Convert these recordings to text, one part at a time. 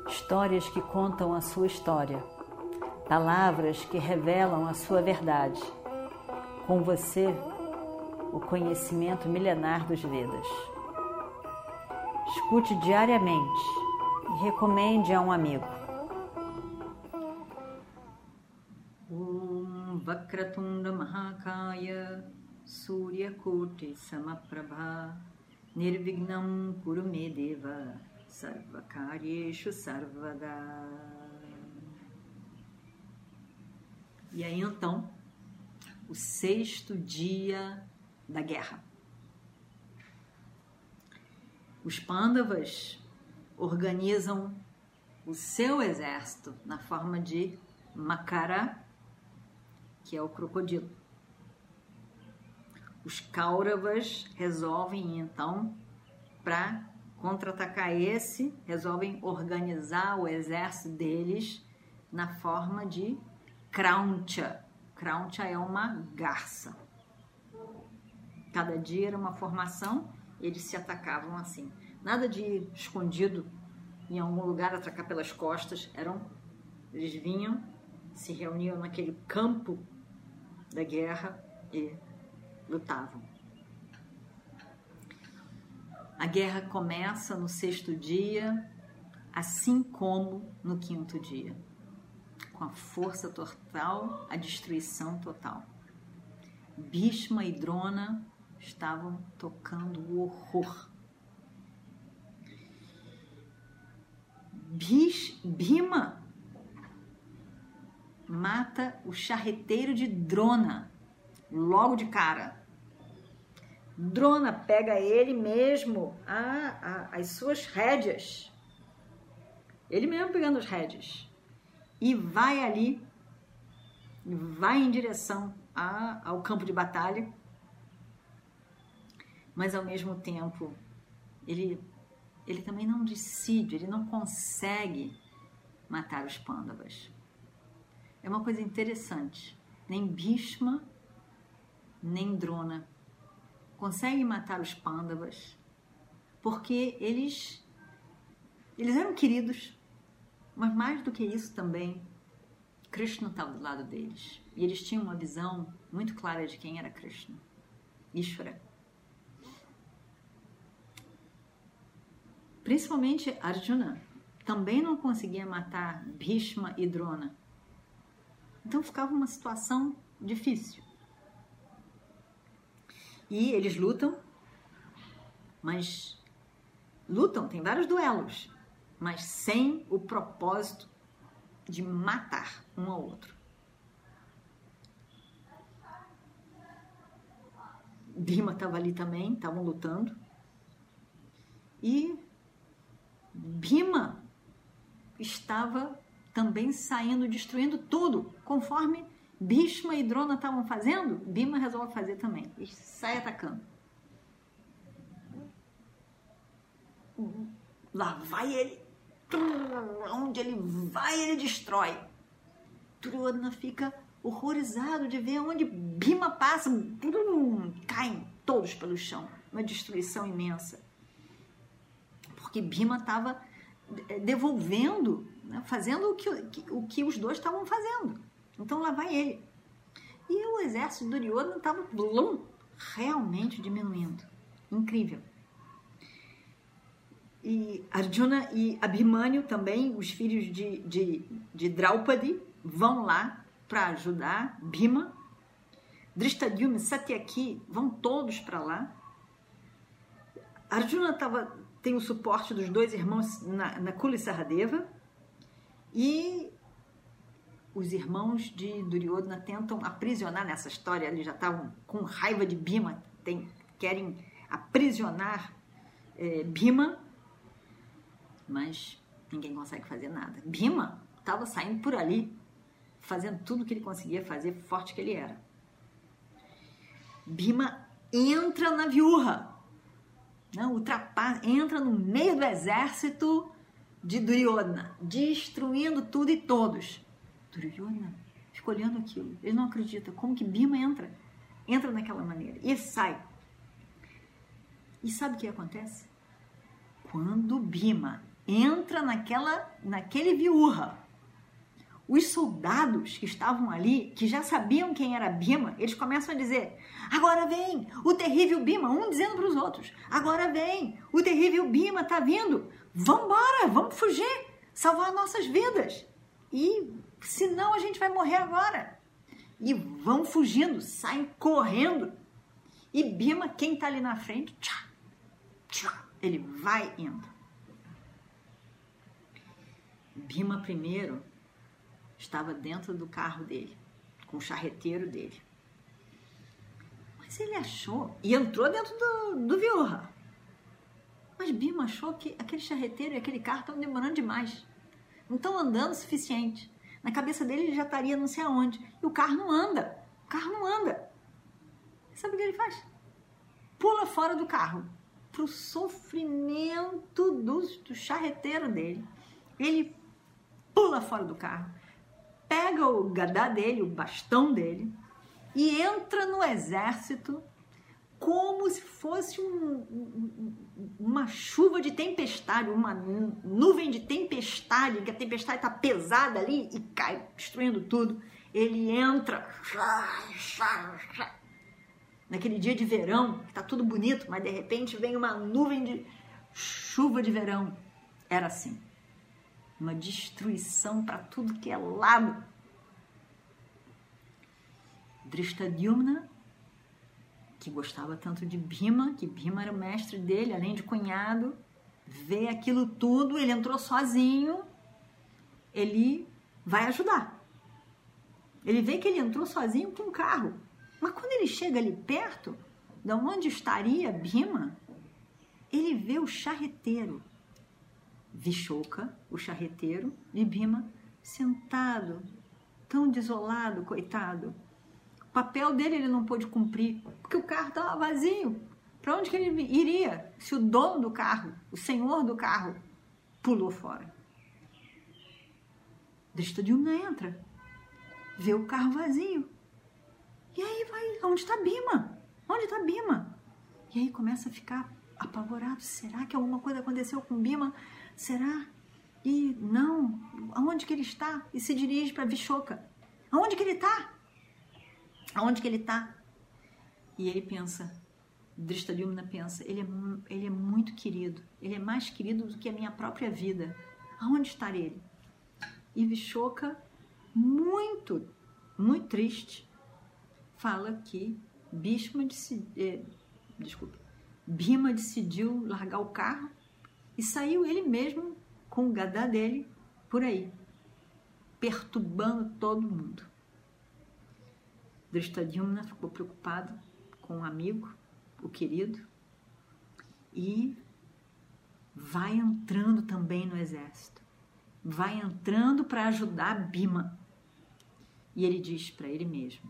histórias que contam a sua história, palavras que revelam a sua verdade. Com você, o conhecimento milenar dos Vedas. Escute diariamente e recomende a um amigo. Om Vakratunda Mahakaya Suryakoti Samaprabha Nirvignam Kurumedeva Sarvakaryeshu Sarvada. E aí então, o 6º dia da guerra. Os Pândavas organizam o seu exército na forma de Makara, que é o crocodilo. Os Kauravas resolvem então, para contra-atacar resolvem organizar o exército deles na forma de Krauncha. Krauncha é uma garça. Cada dia era uma formação, eles se atacavam assim. Nada de ir escondido em algum lugar, atacar pelas costas. Eles vinham, se reuniam naquele campo da guerra e lutavam. A guerra começa no 6º dia, assim como no 5º dia, com a força total, a destruição total. Bhishma e Drona estavam tocando o horror. Bhima mata o charreteiro de Drona logo de cara. Drona pega ele mesmo, as suas rédeas, ele mesmo pegando as rédeas, e vai ali, vai em direção ao campo de batalha, mas ao mesmo tempo ele também não decide, ele não consegue matar os Pândavas. É uma coisa interessante, nem Bhishma nem Drona conseguem matar os Pândavas, porque eles eram queridos, mas mais do que isso também, Krishna estava do lado deles. E eles tinham uma visão muito clara de quem era Krishna, Ishvara. Principalmente Arjuna também não conseguia matar Bhishma e Drona. Então ficava uma situação difícil. E eles lutam, tem vários duelos, mas sem o propósito de matar um ao outro. Bhima estava ali também, estavam lutando. E Bhima estava também saindo, destruindo tudo, conforme Bhishma e Drona estavam fazendo, Bhima resolve fazer também. E sai atacando. Lá vai ele. Onde ele vai, ele destrói. Duryodhana fica horrorizado de ver onde Bhima passa. Caem todos pelo chão. Uma destruição imensa. Porque Bhima estava devolvendo, né, fazendo o que os dois estavam fazendo. Então lá vai ele. E o exército do Duryodhana estava realmente diminuindo. Incrível. E Arjuna e Abhimanyu também, os filhos de Draupadi, vão lá para ajudar Bhima. Drishtadyumna e Satyaki vão todos para lá. Arjuna tem o suporte dos 2 irmãos na Kula e Saradeva. E os irmãos de Duryodhana tentam aprisionar nessa história. Eles já estavam com raiva de Bhima, querem aprisionar Bhima, mas ninguém consegue fazer nada. Bhima estava saindo por ali, fazendo tudo o que ele conseguia fazer, forte que ele era. Bhima entra na viurra, entra no meio do exército de Duryodhana, destruindo tudo e todos. Duryodhana fica olhando aquilo, ele não acredita, como que Bhima entra naquela maneira e sai. E sabe o que acontece? Quando Bhima entra naquele Viurra. Os soldados que estavam ali, que já sabiam quem era Bhima, eles começam a dizer: agora vem o terrível Bhima, um dizendo para os outros: agora vem, o terrível Bhima está vindo, vamos embora, vamos fugir, salvar nossas vidas, e senão a gente vai morrer agora. E vão fugindo, saem correndo, e Bhima, quem está ali na frente, ele vai indo. Bhima primeiro estava dentro do carro dele, com o charreteiro dele. Mas ele achou, e entrou dentro do Viurra. Mas Bhima achou que aquele charreteiro e aquele carro estão demorando demais. Não estão andando o suficiente. Na cabeça dele ele já estaria não sei aonde. E o carro não anda. O carro não anda. Sabe o que ele faz? Pula fora do carro. Pro sofrimento do charreteiro dele. Ele pula fora do carro. Pega o gadá dele, o bastão dele, e entra no exército como se fosse uma chuva de tempestade, uma nuvem de tempestade, que a tempestade está pesada ali e cai, destruindo tudo. Ele entra naquele dia de verão, que está tudo bonito, mas de repente vem uma nuvem de chuva de verão. Era assim. Uma destruição para tudo que é lado. Drishtadyumna, que gostava tanto de Bhima, que Bhima era o mestre dele, além de cunhado, vê aquilo tudo, ele entrou sozinho, ele vai ajudar. Ele vê que ele entrou sozinho com um carro. Mas quando ele chega ali perto, de onde estaria Bhima, ele vê o charreteiro. Vishoka, o charreteiro de Bhima, sentado, tão desolado, coitado. O papel dele ele não pôde cumprir, porque o carro estava vazio. Para onde que ele iria se o dono do carro, o senhor do carro, pulou fora? Drishtadyumna entra, vê o carro vazio. E aí vai, onde está Bhima? Onde está Bhima? E aí começa a ficar apavorado. Será que alguma coisa aconteceu com Bhima? Será? E não, aonde que ele está? E se dirige para Vishoka. Aonde que ele está? Aonde que ele está? E ele pensa, Drishtadyumna pensa, ele é muito querido. Ele é mais querido do que a minha própria vida. Aonde está ele? E Vishoka, muito, muito triste, fala que Bhima decidiu largar o carro e saiu ele mesmo com o gadá dele por aí, perturbando todo mundo. Drishtadyumna ficou preocupado com o amigo, o querido, e vai entrando também no exército. Vai entrando para ajudar Bhima. E ele diz para ele mesmo: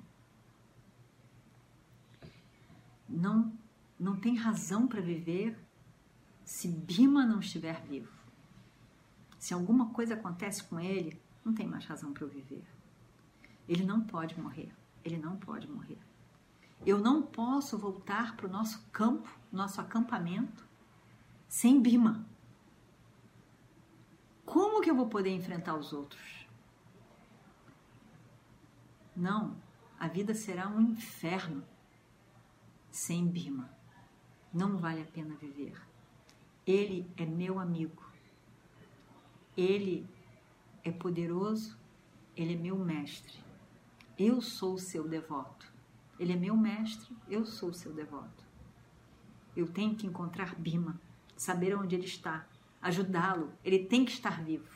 não tem razão para viver se Bhima não estiver vivo. Se alguma coisa acontece com ele, não tem mais razão para eu viver. Ele não pode morrer. Ele não pode morrer. Eu não posso voltar para o nosso campo, nosso acampamento, sem Bhima. Como que eu vou poder enfrentar os outros? Não, a vida será um inferno sem Bhima. Não vale a pena viver. Ele é meu amigo. Ele é poderoso. Ele é meu mestre. Eu sou o seu devoto. Ele é meu mestre. Eu sou o seu devoto. Eu tenho que encontrar Bhima, saber onde ele está, ajudá-lo. Ele tem que estar vivo.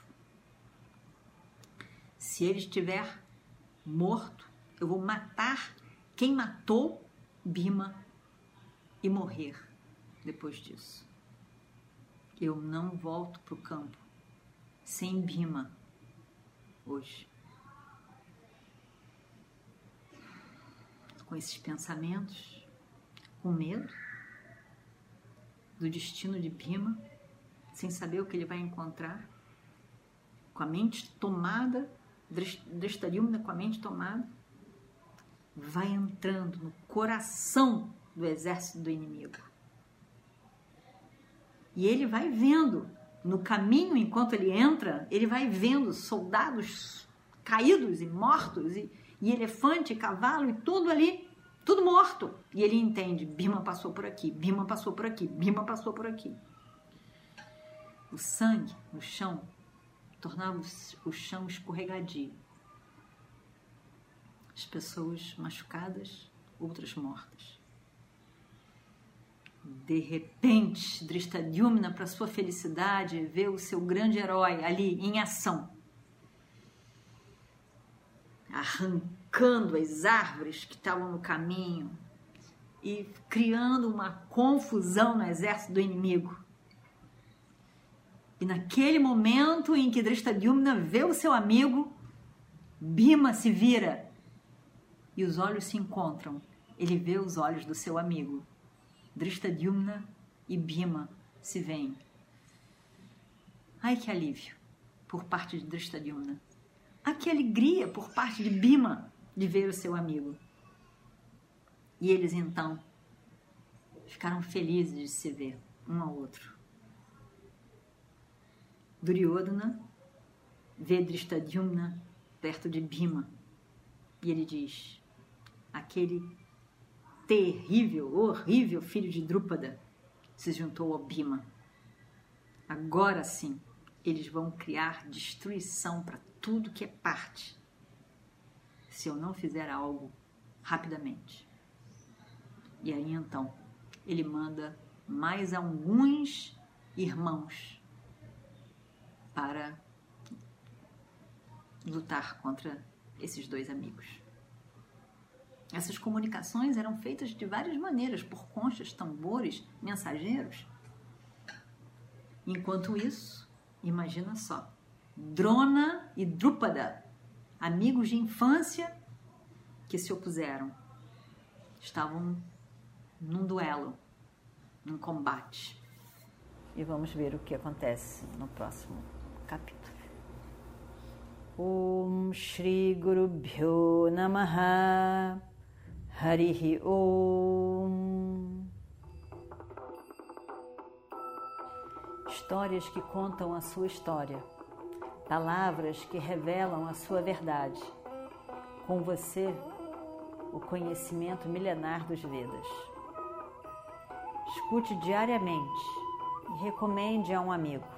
Se ele estiver morto, eu vou matar quem matou Bhima e morrer depois disso. Eu não volto para o campo sem Bhima hoje. Com esses pensamentos, com medo do destino de Bhima, sem saber o que ele vai encontrar, com a mente tomada, Drishtadyumna com a mente tomada, vai entrando no coração do exército do inimigo. E ele vai vendo no caminho, enquanto ele entra, ele vai vendo soldados caídos e mortos, e elefante, e cavalo, e tudo ali, tudo morto. E ele entende, Bhima passou por aqui, Bhima passou por aqui, Bhima passou por aqui. O sangue no chão tornava o chão escorregadio. As pessoas machucadas, outras mortas. De repente, Drishtadyumna, para sua felicidade, vê o seu grande herói ali em ação, arrancando as árvores que estavam no caminho e criando uma confusão no exército do inimigo. E naquele momento em que Drishtadyumna vê o seu amigo, Bhima se vira e os olhos se encontram. Ele vê os olhos do seu amigo. Drishtadyumna e Bhima se veem. Ai, que alívio por parte de Drishtadyumna. Ah, que alegria por parte de Bhima de ver o seu amigo. E eles então ficaram felizes de se ver um ao outro. Duryodhana vê Drishtadyumna perto de Bhima e ele diz: aquele terrível, horrível filho de Drupada se juntou ao Bhima. Agora sim, eles vão criar destruição para tudo que é parte, se eu não fizer algo rapidamente. E aí então, ele manda mais alguns irmãos para lutar contra esses dois amigos. Essas comunicações eram feitas de várias maneiras, por conchas, tambores, mensageiros. Enquanto isso, imagina só, Drona e Drupada, amigos de infância que se opuseram, estavam num duelo, num combate. E vamos ver o que acontece no próximo capítulo. Om Shri Guru Bhyo Namaha Harihi Om. Histórias que contam a sua história, palavras que revelam a sua verdade. Com você, o conhecimento milenar dos Vedas. Escute diariamente e recomende a um amigo.